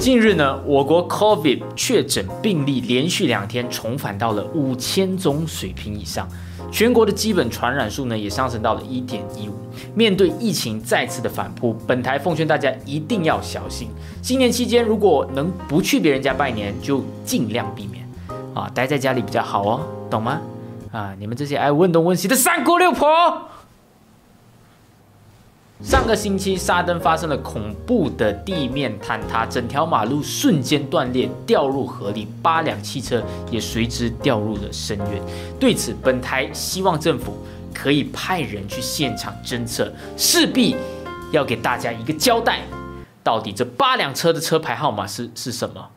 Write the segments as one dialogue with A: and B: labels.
A: 近日呢，我国 COVID 确诊病例连续2天重返到了5000宗水平以上，全国的基本传染数呢也上升到了1.15。面对疫情再次的反扑，本台奉劝大家一定要小心。新年期间如果能不去别人家拜年，就尽量避免啊，待在家里比较好哦，懂吗？啊，你们这些爱问东问西的三姑六婆。上个星期，沙登发生了恐怖的地面坍塌，整条马路瞬间断裂，掉入河里，8辆汽车也随之掉入了深渊。对此，本台希望政府可以派人去现场侦测，势必要给大家一个交代，到底这8辆车的车牌号码是什么？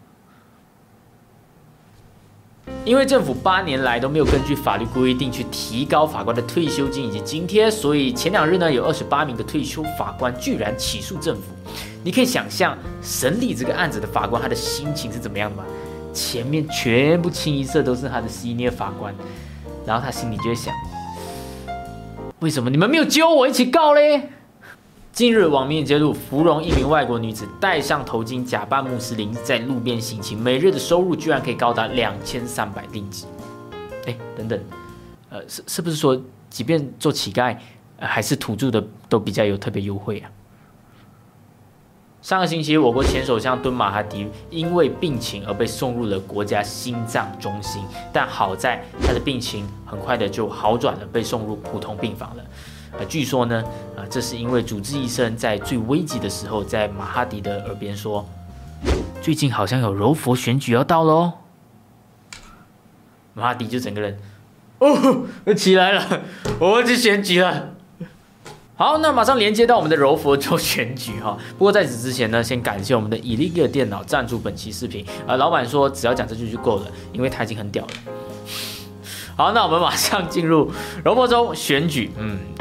A: 因为政府8年来都没有根据法律规定去提高法官的退休金以及津贴，所以前2日呢，有28名的退休法官居然起诉政府。你可以想象审理这个案子的法官他的心情是怎么样的吗？前面全部清一色都是他的 senior 法官，然后他心里就会想：为什么你们没有揪我一起告嘞？近日，网民揭露，芙蓉一名外国女子戴上头巾，假扮穆斯林，在路边行情，每日的收入居然可以高达2300令吉。等等，是不是说，即便做乞丐，还是土著的都比较有特别优惠啊？上个星期，我国前首相敦马哈迪因为病情而被送入了国家心脏中心，但好在他的病情很快的就好转了，被送入普通病房了。据说呢，这是因为主治医生在最危急的时候，在马哈迪的耳边说：“最近好像有柔佛选举要到了哦。”马哈迪就整个人起来了，我要去选举了。好，那马上连接到我们的柔佛州选举哈。不过在此之前呢，先感谢我们的 Illegal 电脑赞助本期视频。老板说只要讲这句就够了，因为他已经很屌了。好，那我们马上进入柔佛州选举。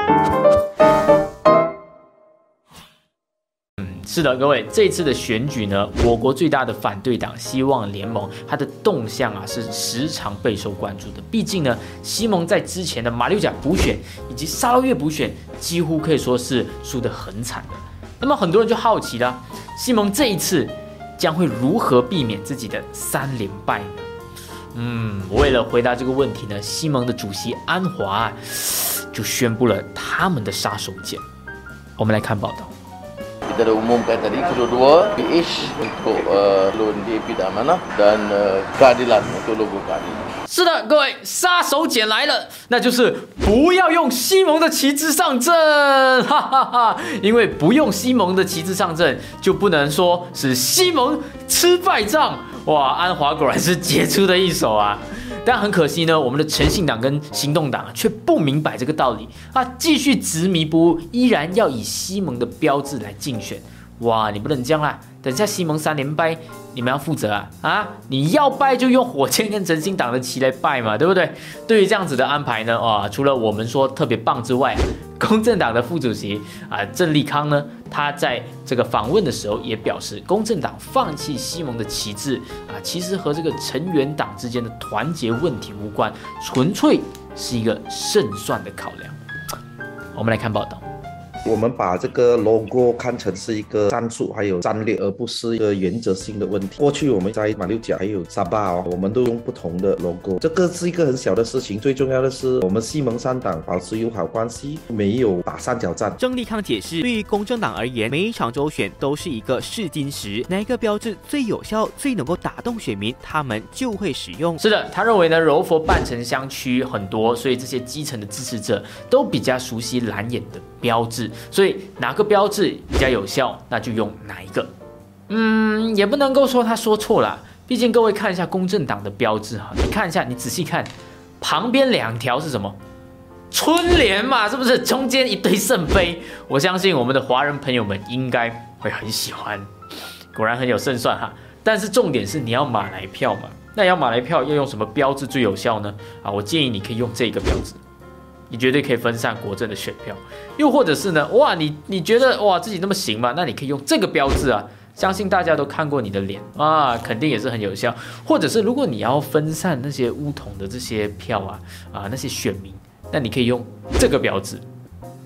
A: 是的，各位，这一次的选举呢，我国最大的反对党希望联盟，它的动向是时常备受关注的。毕竟呢，西蒙在之前的马六甲补选以及沙捞越补选，几乎可以说是输得很惨的。那么很多人就好奇了，西蒙这一次将会如何避免自己的3连败呢？为了回答这个问题呢，西蒙的主席安华就宣布了他们的杀手锏。我们来看报道。
B: Kita dah umumkan tadi kedua-dua PH untuk loan DAP dan amanah dan keadilan untuk logo keadilan。
A: 是的，各位，杀手锏来了，那就是不要用西蒙的旗帜上阵，哈哈哈！因为不用西蒙的旗帜上阵，就不能说是西蒙吃败仗。哇，安华果然是杰出的一手啊！但很可惜呢，我们的诚信党跟行动党却不明白这个道理啊，继续执迷不悟，依然要以西蒙的标志来竞选。哇，你不能这样啦！等下西蒙3连败，你们要负责啊！你要拜就用火箭跟诚信党的旗来拜嘛，对不对？对于这样子的安排呢，除了我们说特别棒之外，公正党的副主席郑立康呢，他在这个访问的时候也表示，公正党放弃西蒙的旗帜其实和这个成员党之间的团结问题无关，纯粹是一个胜算的考量。我们来看报道。
C: 我们把这个 logo 看成是一个战术还有战略，而不是一个原则性的问题。过去我们在马六甲还有沙巴我们都用不同的 logo， 这个是一个很小的事情。最重要的是，我们西蒙3党保持友好关系，没有打三角战。
D: 郑立康解释，对于公正党而言，每一场州选都是一个试金石，哪一个标志最有效、最能够打动选民，他们就会使用。
A: 是的，他认为呢，柔佛半城乡区很多，所以这些基层的支持者都比较熟悉蓝眼的标志。所以哪个标志比较有效，那就用哪一个。也不能够说他说错了，毕竟各位看一下公正党的标志你看一下，你仔细看，旁边2条是什么？春联嘛，是不是？中间一堆圣杯，我相信我们的华人朋友们应该会很喜欢，果然很有胜算哈。但是重点是你要马来票嘛，那要马来票要用什么标志最有效呢？我建议你可以用这个标志。你绝对可以分散国政的选票，又或者是呢，你觉得自己那么行吗？那你可以用这个标志相信大家都看过你的脸肯定也是很有效。或者是如果你要分散那些巫统的这些票那些选民，那你可以用这个标志。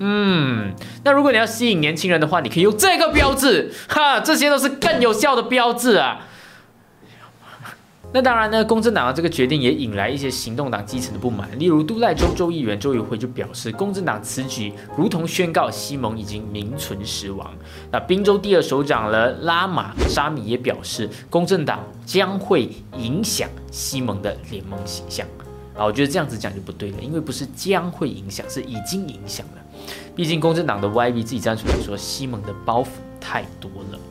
A: 那如果你要吸引年轻人的话，你可以用这个标志，这些都是更有效的标志啊。那当然呢，公正党的这个决定也引来一些行动党基层的不满，例如杜赖州州议员周友辉就表示，公正党此举如同宣告西蒙已经名存实亡。那宾州第2首长了拉玛沙米也表示，公正党将会影响西蒙的联盟形象。我觉得这样子讲就不对了，因为不是将会影响，是已经影响了。毕竟公正党的 YB 自己站出来说，西蒙的包袱太多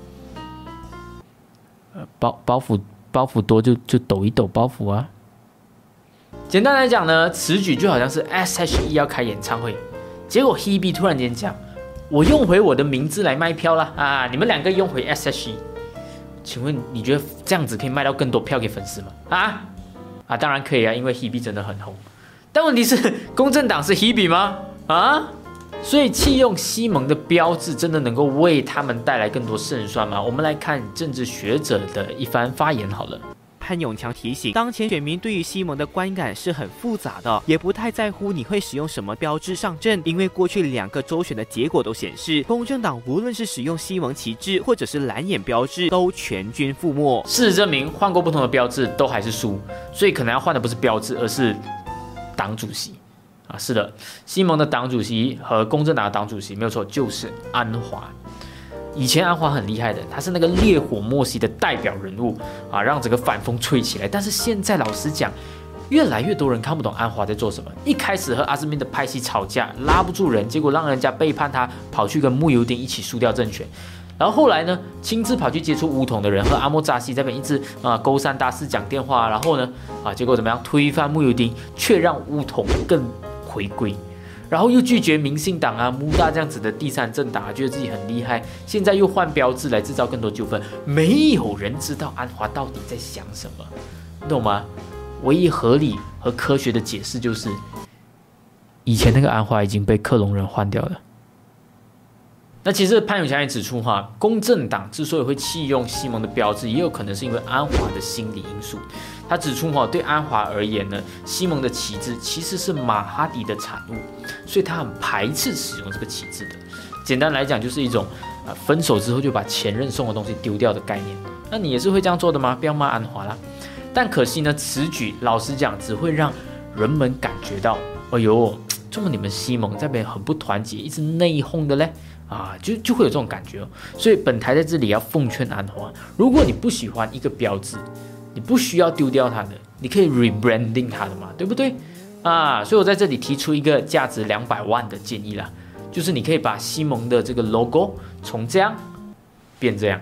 A: 了。包袱多就抖一抖包袱啊。简单来讲呢，此举就好像是 SHE 要开演唱会，结果 Hebe 突然间讲，我用回我的名字来卖票啦你们2个用回 SHE， 请问你觉得这样子可以卖到更多票给粉丝吗？当然可以啊，因为 Hebe 真的很红。但问题是，公正党是 Hebe 吗？所以弃用西蒙的标志真的能够为他们带来更多胜算吗？我们来看政治学者的一番发言好了。
D: 潘永强提醒，当前选民对于西蒙的观感是很复杂的，也不太在乎你会使用什么标志上阵，因为过去2个州选的结果都显示，公正党无论是使用西蒙旗帜或者是蓝眼标志，都全军覆没。
A: 事实证明，换过不同的标志都还是输，所以可能要换的不是标志，而是党主席。是的，西蒙的党主席和公正党的党主席没有错，就是安华。以前安华很厉害的，他是那个烈火莫西的代表人物让整个反风吹起来。但是现在老实讲，越来越多人看不懂安华在做什么。一开始和阿兹敏的派系吵架，拉不住人，结果让人家背叛他，跑去跟慕尤丁一起输掉政权。然后后来呢，亲自跑去接触巫统的人，和阿莫扎西在那边一直勾三搭四讲电话。然后呢结果怎么样？推翻慕尤丁，却让巫统更回归，然后又拒绝民进党穆大这样子的第3政党觉得自己很厉害，现在又换标志来制造更多纠纷。没有人知道安华到底在想什么，你懂吗？唯一合理和科学的解释就是，以前那个安华已经被克隆人换掉了。那其实潘永强也指出公正党之所以会弃用西蒙的标志，也有可能是因为安华的心理因素。他指出对安华而言呢，西蒙的旗帜其实是马哈迪的产物，所以他很排斥使用这个旗帜的。简单来讲，就是一种分手之后就把前任送的东西丢掉的概念。那你也是会这样做的吗？不要骂安华啦。但可惜呢，此举老实讲只会让人们感觉到，哎呦，这么你们西蒙这边很不团结，一直内讧的嘞。就会有这种感觉所以本台在这里要奉劝安华，如果你不喜欢一个标志，你不需要丢掉它的，你可以 rebranding 它的嘛，对不对所以我在这里提出一个价值200万的建议啦，就是你可以把西蒙的这个 logo 从这样变这样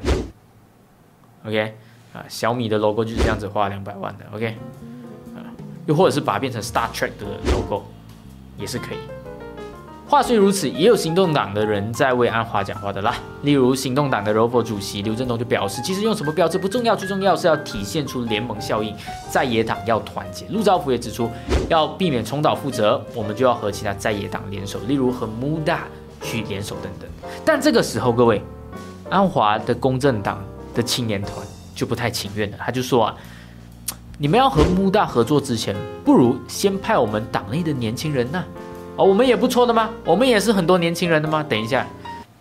A: ，OK 小米的 logo 就是这样子花200万的 ，OK 又或者是把它变成 Star Trek 的 logo 也是可以。话虽如此，也有行动党的人在为安华讲话的啦。例如，行动党的柔佛主席刘振东就表示，其实用什么标志不重要，最重要是要体现出联盟效应，在野党要团结。陆兆福也指出，要避免重蹈覆辙，我们就要和其他在野党联手，例如和穆大去联手等等。但这个时候，各位，安华的公正党的青年团就不太情愿了，他就说你们要和穆大合作之前，不如先派我们党内的年轻人呐。我们也不错的吗？我们也是很多年轻人的吗？等一下，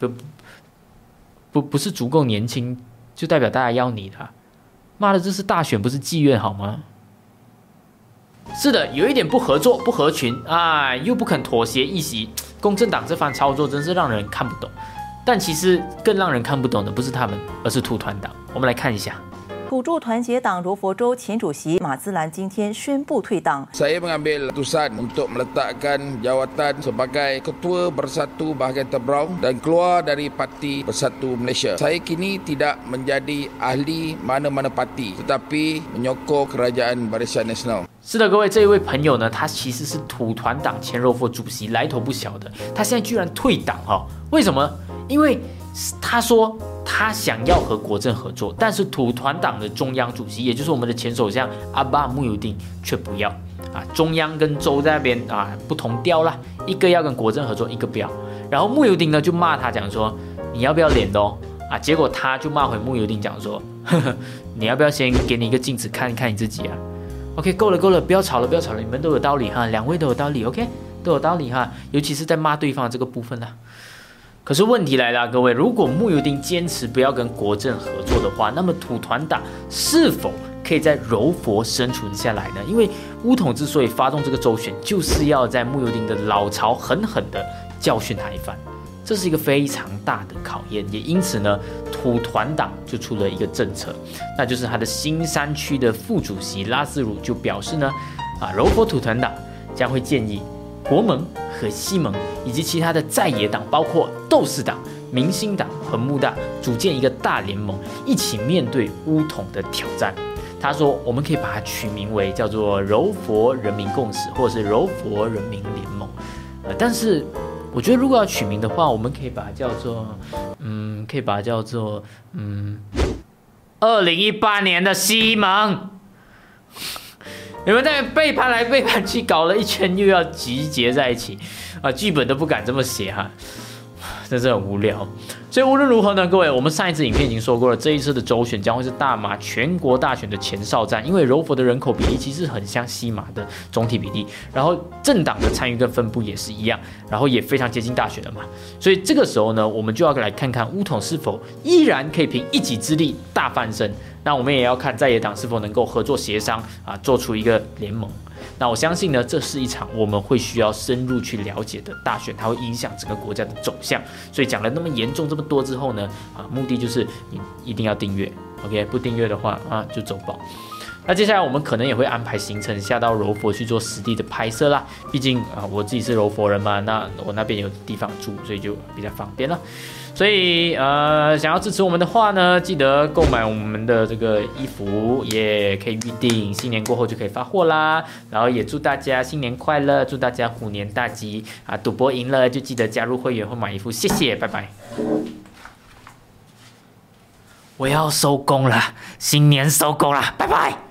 A: 不是足够年轻，就代表大家要你的妈的，这是大选，不是妓院好吗？是的，有一点不合作、不合群又不肯妥协一席，公正党这番操作真是让人看不懂。但其实更让人看不懂的不是他们，而是土团党。我们来看一下。
E: 土著团结党柔佛州前主席马兹兰今天宣布退党。
F: Saya mengambil keputusan untuk meletakkan jawatan sebagai Ketua Bersatu Bahagian Teberau dan keluar dari Parti Bersatu Malaysia. Saya kini tidak menjadi ahli mana-mana parti, tetapi menyokong kerajaan Barisan Nasional.
A: 是的，各位，这一位朋友呢，他其实是土团党前柔佛主席，来头不小的。他现在居然退党为什么？因为他说他想要和国政合作，但是土团党的中央主席，也就是我们的前首相阿巴慕尤丁却不要中央跟州在那边不同调啦，一个要跟国政合作，一个不要。然后慕尤丁呢就骂他讲说，你要不要脸的结果他就骂回慕尤丁讲说，呵呵，你要不要先给你一个镜子看一看你自己OK， 够了，不要吵了，你们都有道理2位都有道理 ，OK， 都有道理哈，尤其是在骂对方的这个部分呢。可是问题来了，各位，如果慕尤丁坚持不要跟国政合作的话，那么土团党是否可以在柔佛生存下来呢？因为巫统之所以发动这个州选，就是要在慕尤丁的老巢狠狠的教训他一番，这是一个非常大的考验。也因此呢，土团党就出了一个政策，那就是他的新山区的副主席拉斯鲁就表示呢，柔佛土团党将会建议国盟和西盟以及其他的在野党，包括斗士党、民兴党和穆大，组建一个大联盟，一起面对巫统的挑战。他说，我们可以把它取名为叫做柔佛人民共识，或者是柔佛人民联盟。但是我觉得如果要取名的话，我们可以把它叫做2018年的西盟。你们在背叛来背叛去，搞了一圈又要集结在一起剧本都不敢这么写哈，真是很无聊。所以无论如何呢，各位，我们上一次影片已经说过了，这一次的州选将会是大马全国大选的前哨战，因为柔佛的人口比例其实很像西马的总体比例，然后政党的参与跟分布也是一样，然后也非常接近大选了嘛，所以这个时候呢，我们就要来看看巫统是否依然可以凭一己之力大翻身。那我们也要看在野党是否能够合作协商做出一个联盟。那我相信呢，这是一场我们会需要深入去了解的大选，它会影响整个国家的走向。所以讲了那么严重这么多之后呢，目的就是你一定要订阅 ，OK？ 不订阅的话就走宝。那接下来我们可能也会安排行程下到柔佛去做实地的拍摄啦，毕竟我自己是柔佛人嘛，那我那边有地方住，所以就比较方便了。所以想要支持我们的话呢，记得购买我们的这个衣服，也可以预定，新年过后就可以发货啦。然后也祝大家新年快乐，祝大家虎年大吉赌博赢了就记得加入会员或买衣服，谢谢，拜拜。我要收工了，新年收工了，拜拜。